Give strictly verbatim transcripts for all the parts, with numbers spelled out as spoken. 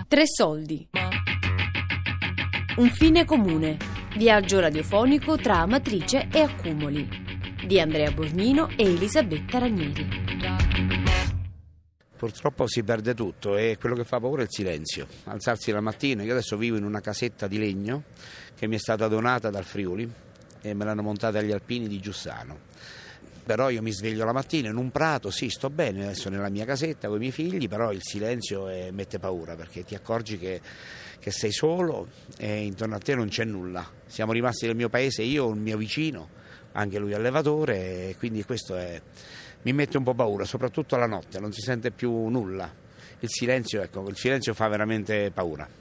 Tre soldi. Un fine comune. Viaggio radiofonico tra Amatrice e Accumoli di Andrea Borgnino e Elisabetta Ranieri. Purtroppo si perde tutto e quello che fa paura è il silenzio. Alzarsi la mattina, io adesso vivo in una casetta di legno che mi è stata donata dal Friuli e me l'hanno montata agli alpini di Giussano. Però io mi sveglio la mattina in un prato, sì, sto bene adesso nella mia casetta con i miei figli, però il silenzio è, mette paura perché ti accorgi che, che sei solo e intorno a te non c'è nulla. Siamo rimasti nel mio paese, io, un mio vicino, anche lui allevatore, e quindi questo è, mi mette un po' paura, soprattutto la notte, non si sente più nulla. Il silenzio, ecco, il silenzio fa veramente paura.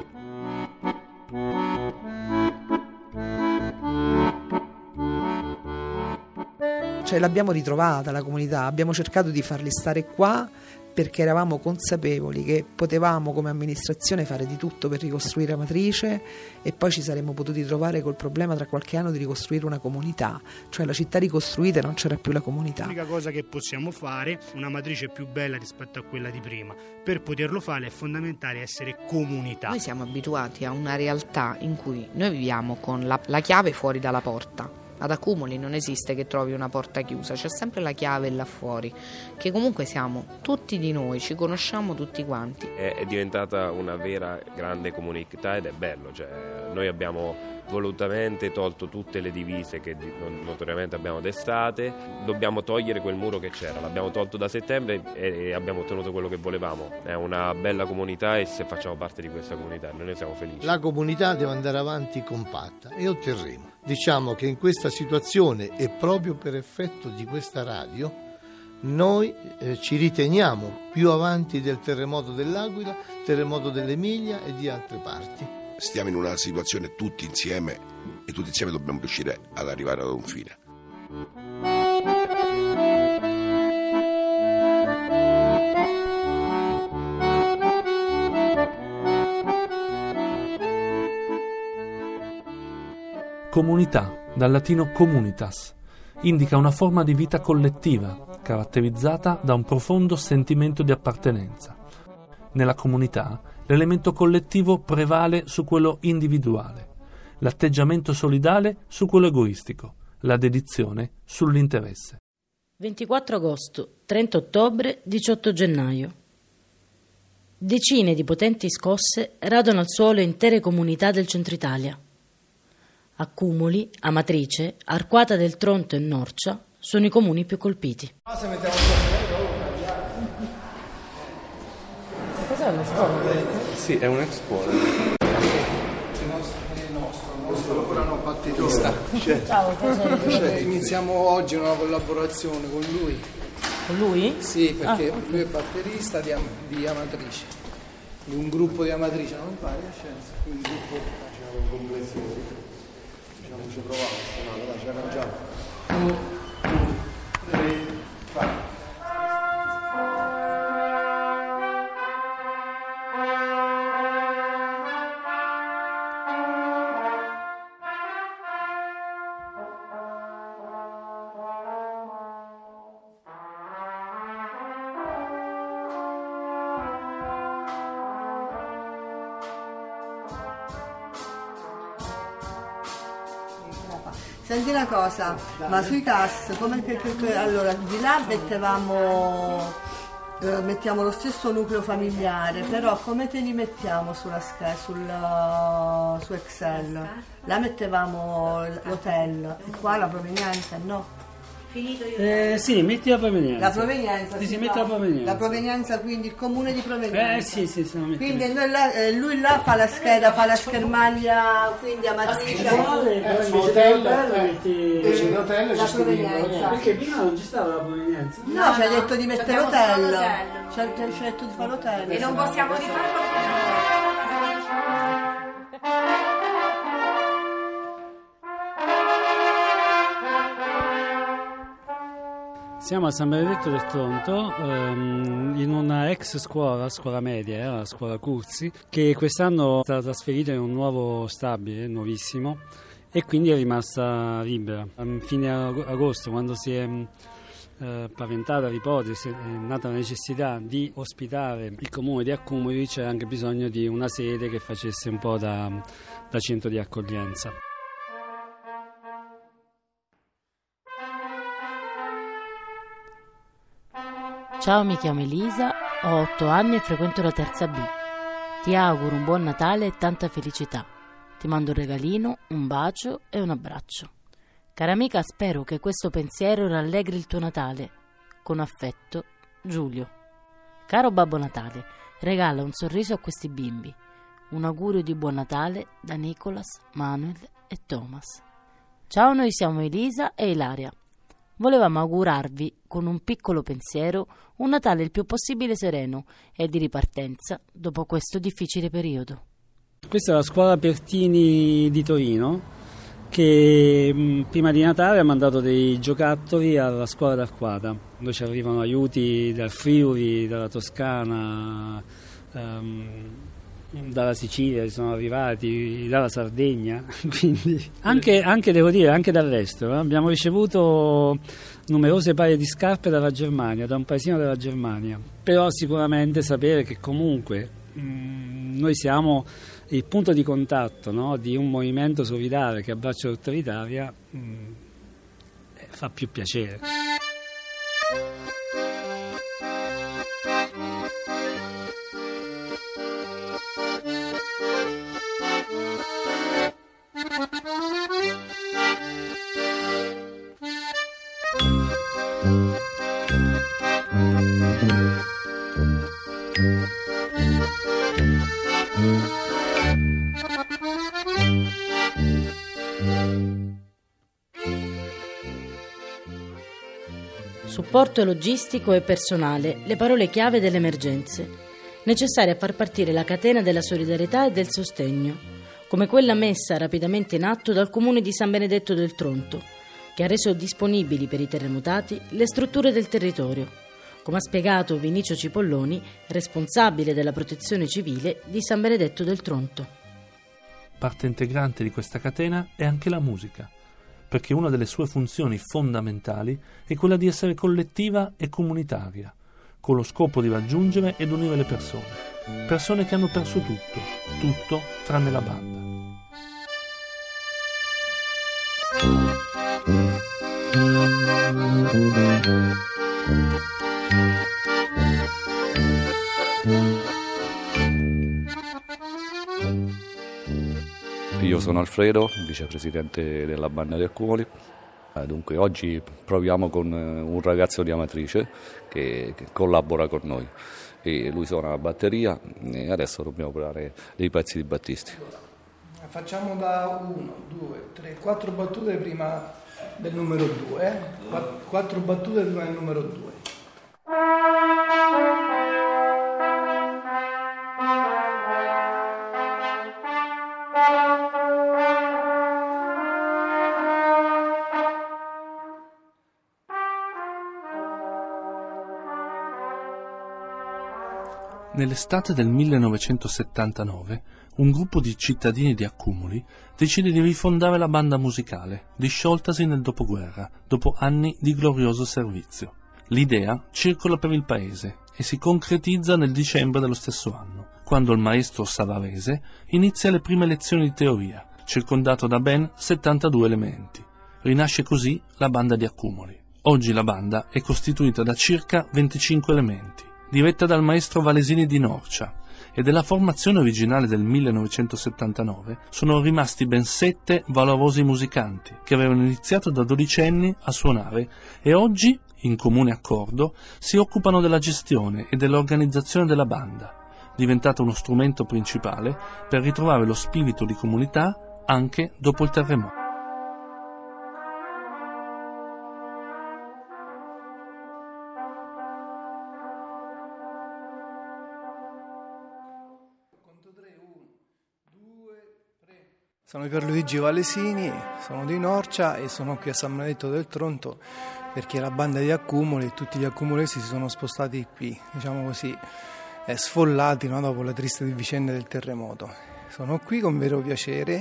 Cioè l'abbiamo ritrovata la comunità, abbiamo cercato di farli stare qua perché eravamo consapevoli che potevamo come amministrazione fare di tutto per ricostruire Amatrice e poi ci saremmo potuti trovare col problema tra qualche anno di ricostruire una comunità, cioè la città ricostruita e non c'era più la comunità. L'unica cosa che possiamo fare, una Amatrice più bella rispetto a quella di prima, per poterlo fare è fondamentale essere comunità. Noi siamo abituati a una realtà in cui noi viviamo con la, la chiave fuori dalla porta. Ad Accumoli non esiste che trovi una porta chiusa, c'è sempre la chiave là fuori, che comunque siamo tutti di noi, ci conosciamo tutti quanti. È, è diventata una vera grande comunità ed è bello, cioè, noi abbiamo volutamente tolto tutte le divise che notoriamente abbiamo d'estate, dobbiamo togliere quel muro che c'era, l'abbiamo tolto da settembre e, e abbiamo ottenuto quello che volevamo. È una bella comunità e se facciamo parte di questa comunità noi ne siamo felici. La comunità deve andare avanti compatta e otterremo. Diciamo che in questa situazione e proprio per effetto di questa radio noi eh, ci riteniamo più avanti del terremoto dell'Aquila, terremoto dell'Emilia e di altre parti. Stiamo in una situazione tutti insieme e tutti insieme dobbiamo riuscire ad arrivare ad un fine. Comunità, dal latino communitas, indica una forma di vita collettiva, caratterizzata da un profondo sentimento di appartenenza. Nella comunità, l'elemento collettivo prevale su quello individuale, l'atteggiamento solidale su quello egoistico, la dedizione sull'interesse. ventiquattro agosto, trenta ottobre, diciotto gennaio. Decine di potenti scosse radano al suolo intere comunità del centro Italia. Accumoli, Amatrice, Arquata del Tronto e Norcia sono i comuni più colpiti. Cos'è una scuola? Sì, è un ex scuola. Il nostro, il nostro ancora non battitore. Ciao, Iniziamo oggi una collaborazione con lui. Con lui? Sì, perché ah. lui è batterista di, Am- di Amatrice, di un gruppo di Amatrice, non mi pare, scienza, quindi un gruppo facciamo un complesso. Diciamo ci proviamo, dai, ci arrangiamo. uno, due, tre, vai. Senti una cosa, ma sui gas, come che, che, che allora di là mettevamo, eh, mettiamo lo stesso nucleo familiare, però come te li mettiamo sulla scheda, sul, su Excel? Là mettevamo l'hotel, e qua la provenienza, no? Finito io. Eh, sì, metti la provenienza. La provenienza, sì, si si mette la provenienza. La provenienza, quindi il comune di provenienza. Eh sì, sì, sì. Quindi noi là, eh, lui là fa la scheda, fa la schermaglia, quindi Amatrice. Uguale, però invece l'hotel metti la provenienza. Perché prima non ci stava la provenienza. No, no, ci hai detto di mettere l'hotel. Ci hai detto di fare l'hotel. E non possiamo rifarlo. Siamo a San Benedetto del Tronto, ehm, in una ex scuola, scuola media, eh, la scuola Curzi, che quest'anno è stata trasferita in un nuovo stabile, nuovissimo, e quindi è rimasta libera. A fine agosto, quando si è eh, paventata l'ipotesi, è nata la necessità di ospitare il comune di Accumoli, c'era anche bisogno di una sede che facesse un po' da, da centro di accoglienza. Ciao, mi chiamo Elisa, ho otto anni e frequento la terza B. Ti auguro un buon Natale e tanta felicità. Ti mando un regalino, un bacio e un abbraccio. Cara amica, spero che questo pensiero rallegri il tuo Natale. Con affetto, Giulio. Caro Babbo Natale, regala un sorriso a questi bimbi. Un augurio di buon Natale da Nicolas, Manuel e Thomas. Ciao, noi siamo Elisa e Ilaria. Volevamo augurarvi, con un piccolo pensiero, un Natale il più possibile sereno e di ripartenza dopo questo difficile periodo. Questa è la scuola Pertini di Torino, che mh, prima di Natale ha mandato dei giocattoli alla scuola d'Arquata, dove ci arrivano aiuti dal Friuli, dalla Toscana, um, dalla Sicilia ci sono arrivati, dalla Sardegna, quindi anche, anche devo dire anche dall'estero. Eh? Abbiamo ricevuto numerose paia di scarpe dalla Germania, da un paesino della Germania, però sicuramente sapere che comunque mh, noi siamo il punto di contatto, no, di un movimento solidale che abbraccia tutta l'Italia, mh, fa più piacere. Supporto logistico e personale, le parole chiave delle emergenze, necessarie a far partire la catena della solidarietà e del sostegno, come quella messa rapidamente in atto dal Comune di San Benedetto del Tronto, che ha reso disponibili per i terremotati le strutture del territorio, come ha spiegato Vinicio Cipolloni, responsabile della protezione civile di San Benedetto del Tronto. Parte integrante di questa catena è anche la musica, perché una delle sue funzioni fondamentali è quella di essere collettiva e comunitaria, con lo scopo di raggiungere ed unire le persone, persone che hanno perso tutto, tutto tranne la banda. Io sono Alfredo, vicepresidente della banda di Accumoli. Dunque oggi proviamo con un ragazzo di Amatrice che, che collabora con noi. E lui suona la batteria e adesso dobbiamo provare dei pezzi di Battisti. Facciamo da uno, due, tre, quattro battute prima del numero due. Eh? Quattro battute prima del numero due. Nell'estate del millenovecentosettantanove, un gruppo di cittadini di Accumoli decide di rifondare la banda musicale, discioltasi nel dopoguerra, dopo anni di glorioso servizio. L'idea circola per il paese e si concretizza nel dicembre dello stesso anno, quando il maestro Savarese inizia le prime lezioni di teoria, circondato da ben settantadue elementi. Rinasce così la banda di Accumoli. Oggi la banda è costituita da circa venticinque elementi, diretta dal maestro Valesini di Norcia, e della formazione originale del millenovecentosettantanove sono rimasti ben sette valorosi musicanti che avevano iniziato da dodicenni a suonare e oggi, in comune accordo, si occupano della gestione e dell'organizzazione della banda, diventata uno strumento principale per ritrovare lo spirito di comunità anche dopo il terremoto. Sono Pierluigi Valesini, sono di Norcia e sono qui a San Benedetto del Tronto perché la banda di Accumoli e tutti gli accumolesi si sono spostati qui, diciamo così, eh, sfollati, no, dopo la triste vicenda del terremoto. Sono qui con vero piacere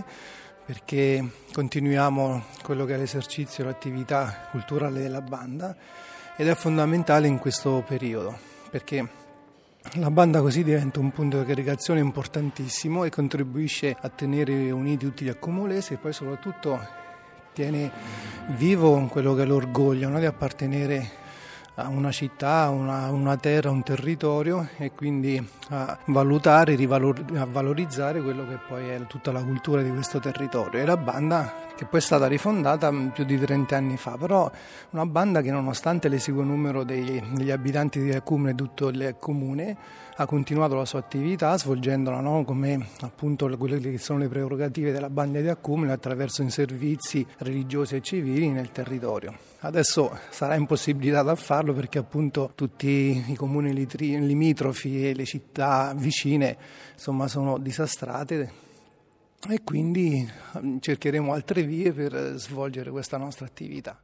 perché continuiamo quello che è l'esercizio, l'attività culturale della banda ed è fondamentale in questo periodo perché la banda così diventa un punto di aggregazione importantissimo e contribuisce a tenere uniti tutti gli accumulesi e poi soprattutto tiene vivo quello che è l'orgoglio, no? Di appartenere a una città, una, una terra, un territorio e quindi a valutare, rivalor, a valorizzare quello che poi è tutta la cultura di questo territorio. E la banda che poi è stata rifondata più di trenta anni fa, però una banda che nonostante l'esiguo numero degli, degli abitanti di Accumoli e tutto il comune ha continuato la sua attività svolgendola, no? Come appunto quelle che sono le prerogative della banda di Accumoli attraverso i servizi religiosi e civili nel territorio. Adesso sarà impossibilitato a farlo perché appunto tutti i comuni litri, limitrofi e le città vicine insomma sono disastrate e quindi cercheremo altre vie per svolgere questa nostra attività.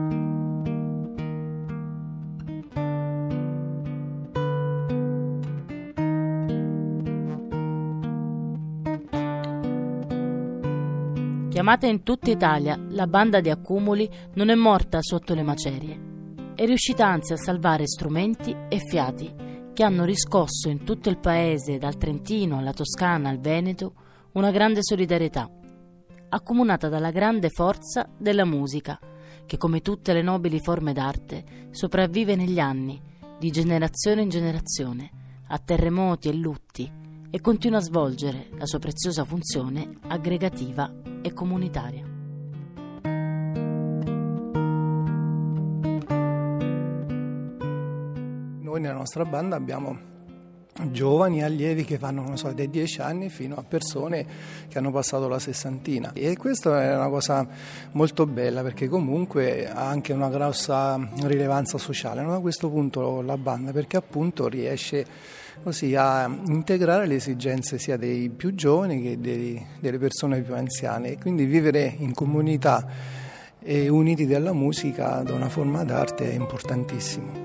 Chiamata in tutta Italia, la banda di Accumoli non è morta sotto le macerie. È riuscita anzi a salvare strumenti e fiati che hanno riscosso in tutto il paese, dal Trentino alla Toscana al Veneto, una grande solidarietà, accomunata dalla grande forza della musica, che come tutte le nobili forme d'arte sopravvive negli anni, di generazione in generazione, a terremoti e lutti, e continua a svolgere la sua preziosa funzione aggregativa e comunitaria. Noi nella nostra banda abbiamo giovani allievi che vanno, non so, dai dieci anni fino a persone che hanno passato la sessantina e questa è una cosa molto bella perché comunque ha anche una grossa rilevanza sociale, no? Da questo punto la banda perché appunto riesce così a integrare le esigenze sia dei più giovani che dei, delle persone più anziane e quindi vivere in comunità e uniti dalla musica da una forma d'arte è importantissimo.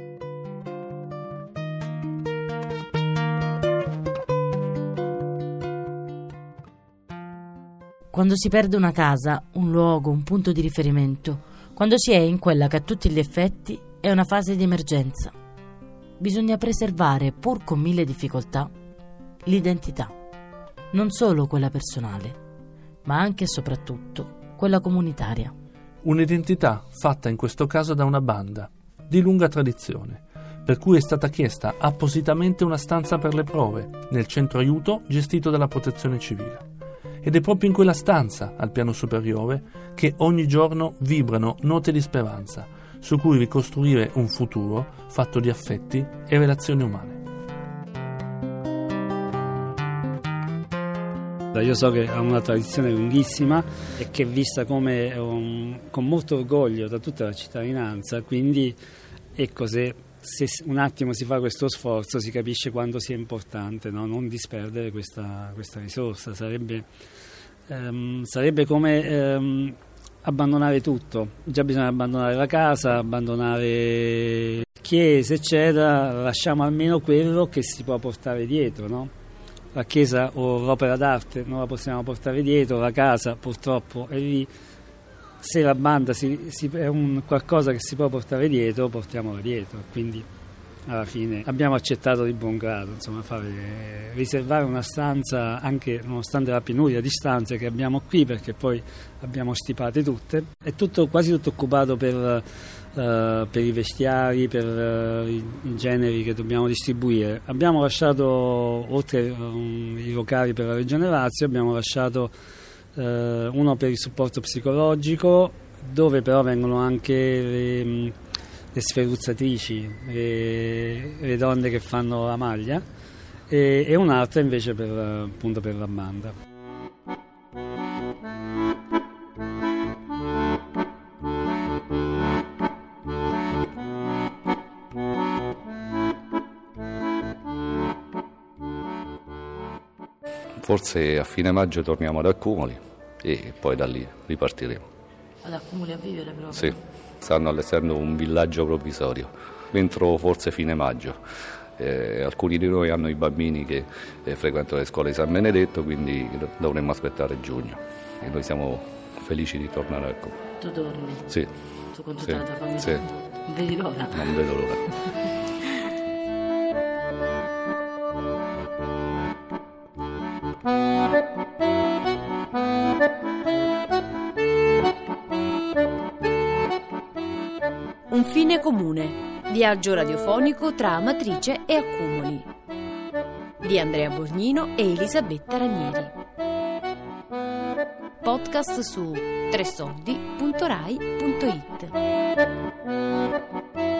Quando si perde una casa, un luogo, un punto di riferimento, quando si è in quella che a tutti gli effetti è una fase di emergenza, bisogna preservare, pur con mille difficoltà, l'identità, non solo quella personale, ma anche e soprattutto quella comunitaria. Un'identità fatta in questo caso da una banda, di lunga tradizione, per cui è stata chiesta appositamente una stanza per le prove, nel centro aiuto gestito dalla Protezione Civile. Ed è proprio in quella stanza, al piano superiore, che ogni giorno vibrano note di speranza, su cui ricostruire un futuro fatto di affetti e relazioni umane. Io so che ha una tradizione lunghissima e che è vista come un, con molto orgoglio da tutta la cittadinanza, quindi ecco, se, se un attimo si fa questo sforzo si capisce quanto sia importante, no? Non disperdere questa, questa risorsa, sarebbe, ehm, sarebbe come ehm, abbandonare tutto, già bisogna abbandonare la casa, abbandonare chiese eccetera, lasciamo almeno quello che si può portare dietro, no? La chiesa o l'opera d'arte non la possiamo portare dietro, la casa purtroppo è lì, se la banda si, si, è un qualcosa che si può portare dietro, portiamola dietro, quindi alla fine abbiamo accettato di buon grado, insomma, fare, riservare una stanza anche nonostante la penuria di stanze che abbiamo qui, perché poi abbiamo stipate tutte, è tutto, quasi tutto occupato per Uh, per i vestiari, per uh, i, i generi che dobbiamo distribuire. Abbiamo lasciato, oltre um, i locali per la Regione Lazio, abbiamo lasciato uh, uno per il supporto psicologico, dove però vengono anche le, le sferruzzatrici, le, le donne che fanno la maglia, e, e un'altra invece per, appunto, per la banda. Forse a fine maggio torniamo ad Accumoli e poi da lì ripartiremo. Ad Accumoli a vivere proprio? Sì, stanno allestendo un villaggio provvisorio, entro forse fine maggio. Eh, alcuni di noi hanno i bambini che eh, frequentano le scuole di San Benedetto, quindi dovremmo aspettare giugno e noi siamo felici di tornare a Accumoli. Tu torni? Sì. tu con tutta Sì, la tua famiglia. sì. Non vedi l'ora? Non vedo l'ora. Un fine comune. Viaggio radiofonico tra Amatrice e Accumoli. Di Andrea Borgnino e Elisabetta Ranieri. Podcast su tre soldi punto rai punto it.